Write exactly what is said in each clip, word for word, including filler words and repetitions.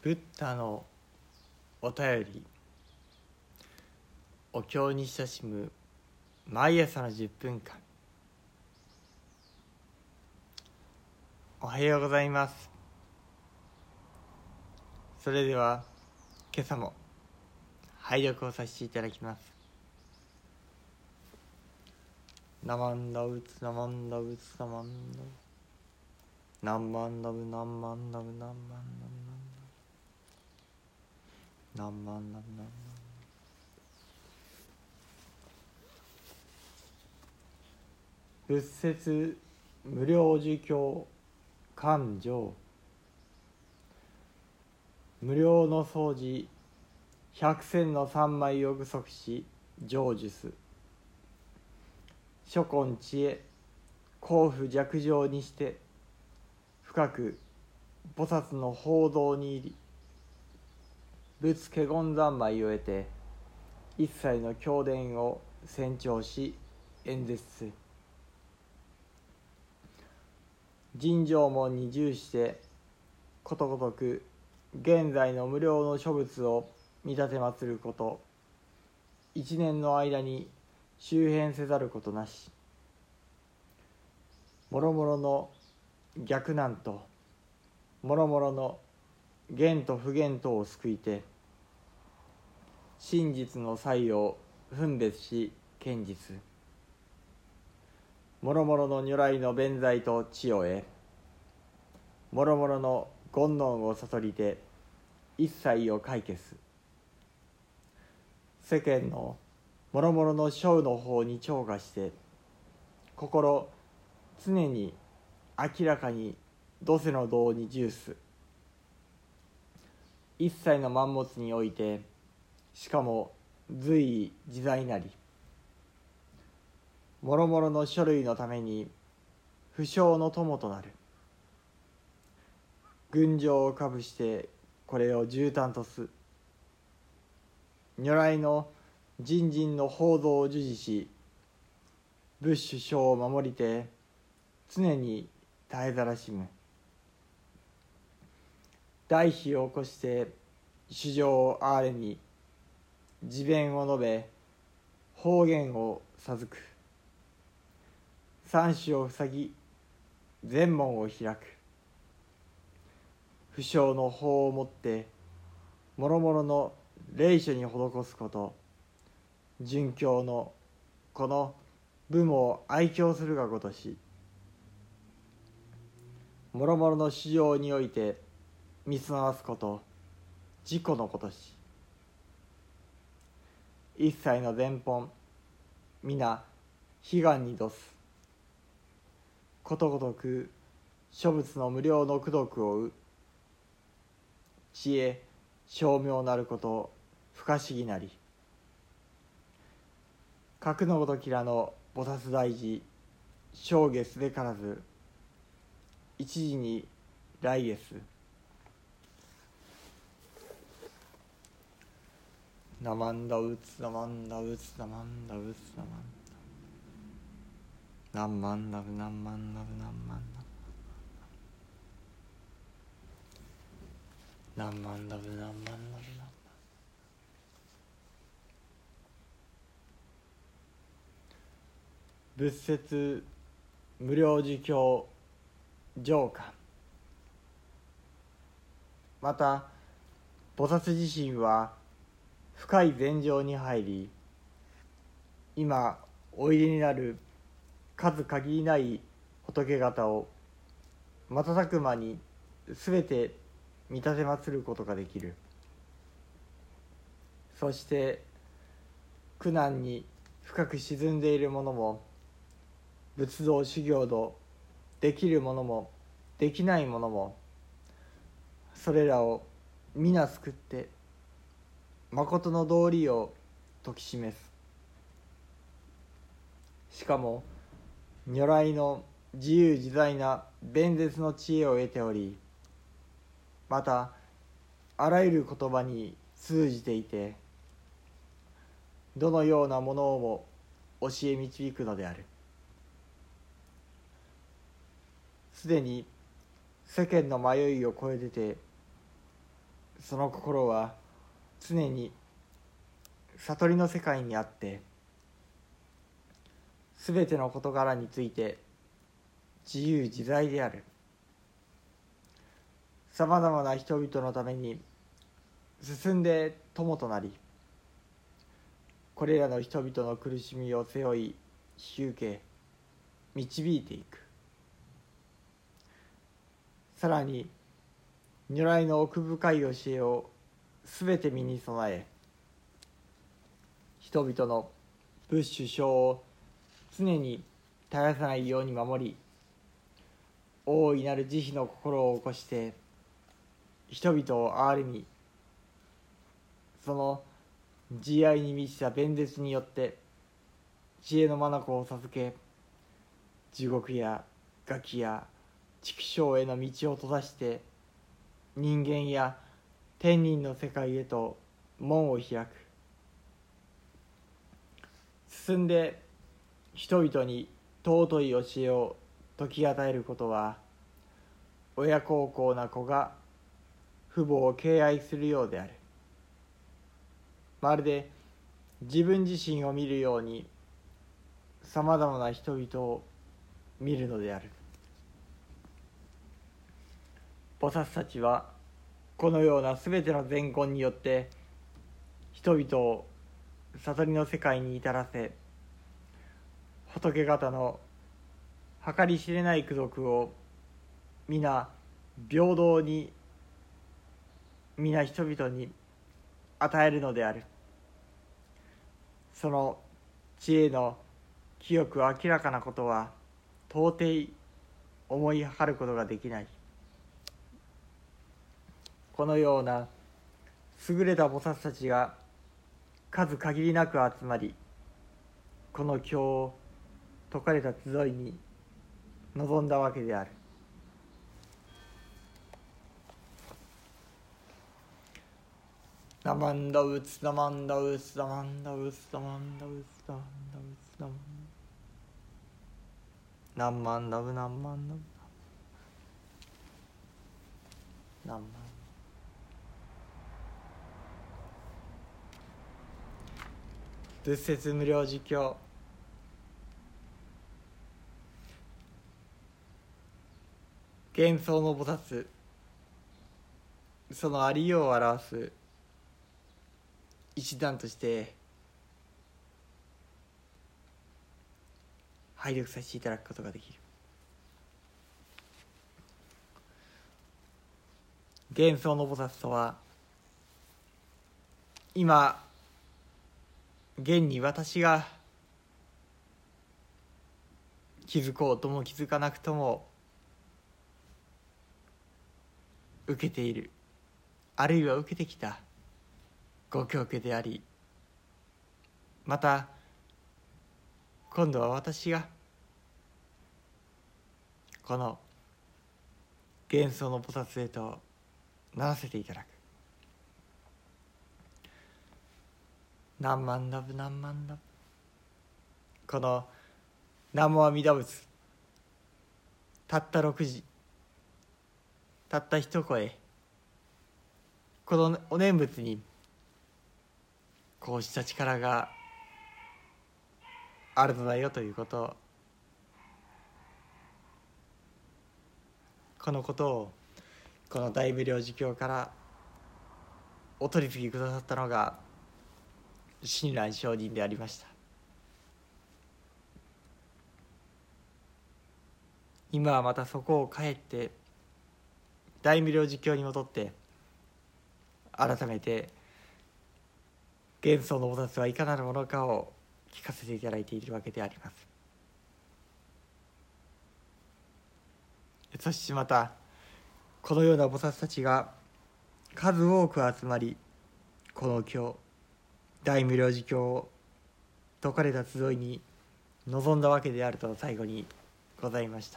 ブッダのお便り。お経に親しむ毎朝のじゅっぷんかん。おはようございます。それでは今朝も拝読をさせていただきます。ナマンダウツナマンダウツナマンダウナンマンダブナンマンダブナンマンダブナンマンダブナンマンダブナンマンダブ仏説無料儒教勘定。無料の掃除百銭の三枚を具足し成就す。諸根知恵幸福寂情にして深く菩薩の報道に入り、仏華厳三昧を得て一切の経典を宣聴し演説する。尋常門に従してことごとく現在の無料の諸仏を見立て祀ること、一年の間に周遍せざることなし。もろもろの逆難ともろもろの言と不言とを救いて、真実の差異を分別し堅実。もろもろの如来の弁財と知を得、もろもろの煩悩を悟りて一切を解決。世間のもろもろの生の方に聴化して、心常に明らかに土世の道に従す。一切の万物においてしかも随意自在なり、もろもろの書類のために不詳の友となる。群青をかぶしてこれを絨毯とす。如来の人人の報道を授事し、仏主書を守りて常に絶えざらしむ。大悲を起こして主情を哀れに自弁を述べ方言を授く。三種を塞ぎ全門を開く。不詳の法をもってもろもろの霊書に施すこと、殉教のこの部も愛嬌するがごとし、もろもろの市場において見す回すこと、自己のことし。一切の前本皆悲願に度す。ことごとく諸仏の無料の功徳を得。知恵称名なること不可思議なり。格のごときらの菩薩大事正月すべからず、一時に来月。ナマンダウツナマンダウツナマンダウツナマンダナンマンダブナンマンダブナンマンダブナンマンダブナンマンダブナンマン。仏説無料儒教上巻。また菩薩自身は深い禅定に入り、今おいでになる数限りない仏方を瞬く間にすべて見立て祀ることができる。そして苦難に深く沈んでいる者も、仏道修行のできる者もできない者も、それらを皆救って誠の道理を説き示す。しかも如来の自由自在な弁舌の知恵を得ており、またあらゆる言葉に通じていて、どのようなものをも教え導くのである。すでに世間の迷いを超えてて、 その心は常に悟りの世界にあって、すべての事柄について自由自在である。さまざまな人々のために進んで友となり、これらの人々の苦しみを背負い引き受け導いていく。さらに如来の奥深い教えをすべて身に備え、人々の仏主称を常に絶やさないように守り、大いなる慈悲の心を起こして人々を憐れみ、その慈愛に満ちた弁舌によって知恵の眼を授け、地獄や餓鬼や畜生への道を閉ざして人間や天人の世界へと門を開く。進んで人々に尊い教えを説き与えることは、親孝行な子が父母を敬愛するようである。まるで自分自身を見るようにさまざまな人々を見るのである。菩薩たちはこのようなすべての善根によって人々を悟りの世界に至らせ、仏方の計り知れない功徳を皆平等に皆人々に与えるのである。その知恵の清く明らかなことは到底思いはることができない。このような優れた菩薩たちが数限りなく集まり、この経を説かれた集いに臨んだわけである。ナマンダウツナマンダウツナマンダウツナマンダウツナマンダウツナマンナンマンダブナンマンダブナンマン。仏説無量寿経。幻想の菩薩、そのありようを表す一段として拝読させていただくことができる。幻想の菩薩とは、今現に私が気づこうとも気づかなくとも受けている、あるいは受けてきたご教家であり、また今度は私がこの幻想の菩薩へとならせていただく。何万ダブ何万ダブ、この南無阿弥陀仏、たった六字、たった一声、このお念仏にこうした力があるのだよということ、このことをこの大無量寿経からお取り次ぎくださったのが親鸞上人でありました。今はまたそこを帰って大無量寿経に戻って改めて幻想の菩薩はいかなるものかを聞かせていただいているわけであります。そしてまたこのような菩薩たちが数多く集まり、この経大無量寿経を説かれた集いに臨んだわけであると最後にございました。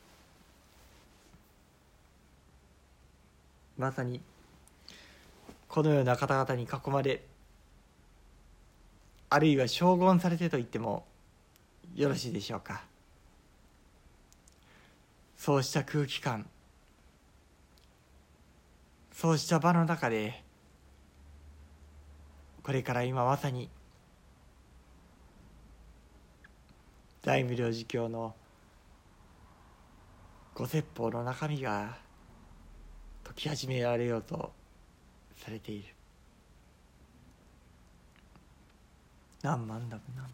まさにこのような方々に囲まれ、あるいは称言されてと言ってもよろしいでしょうか。そうした空気感、 そうした場の中でこれから今まさに大無量寿経のご説法の中身が解き始められようとされている。何万だぶ何万。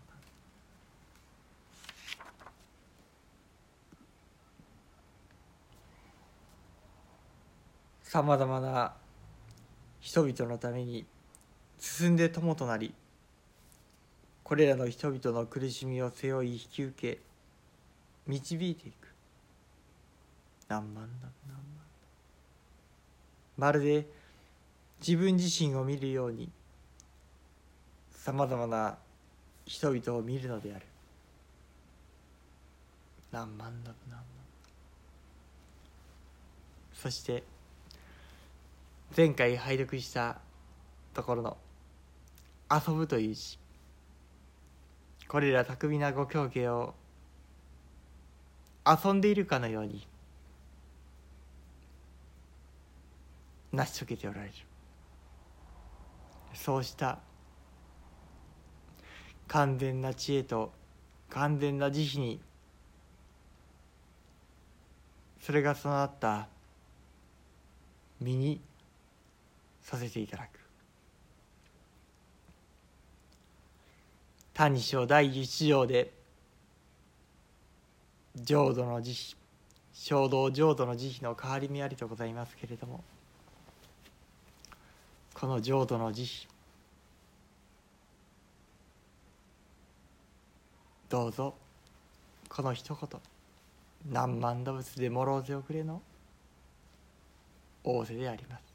さまざまな人々のために進んで友となり、これらの人々の苦しみを背負い引き受け導いていく。何万だ何万だ。まるで自分自身を見るようにさまざまな人々を見るのである。何万だ何万。そして前回拝読したところの遊ぶという字、これら巧みなご境芸を遊んでいるかのように成し遂げておられる。そうした完全な知恵と完全な慈悲にそれが備わった身にさせていただく。「歎異抄」だい一条で浄土の慈悲、衝動浄土の慈悲の変わり目ありとございますけれども、この浄土の慈悲、どうぞこの一言何万打仏でもろうておくれの仰せであります。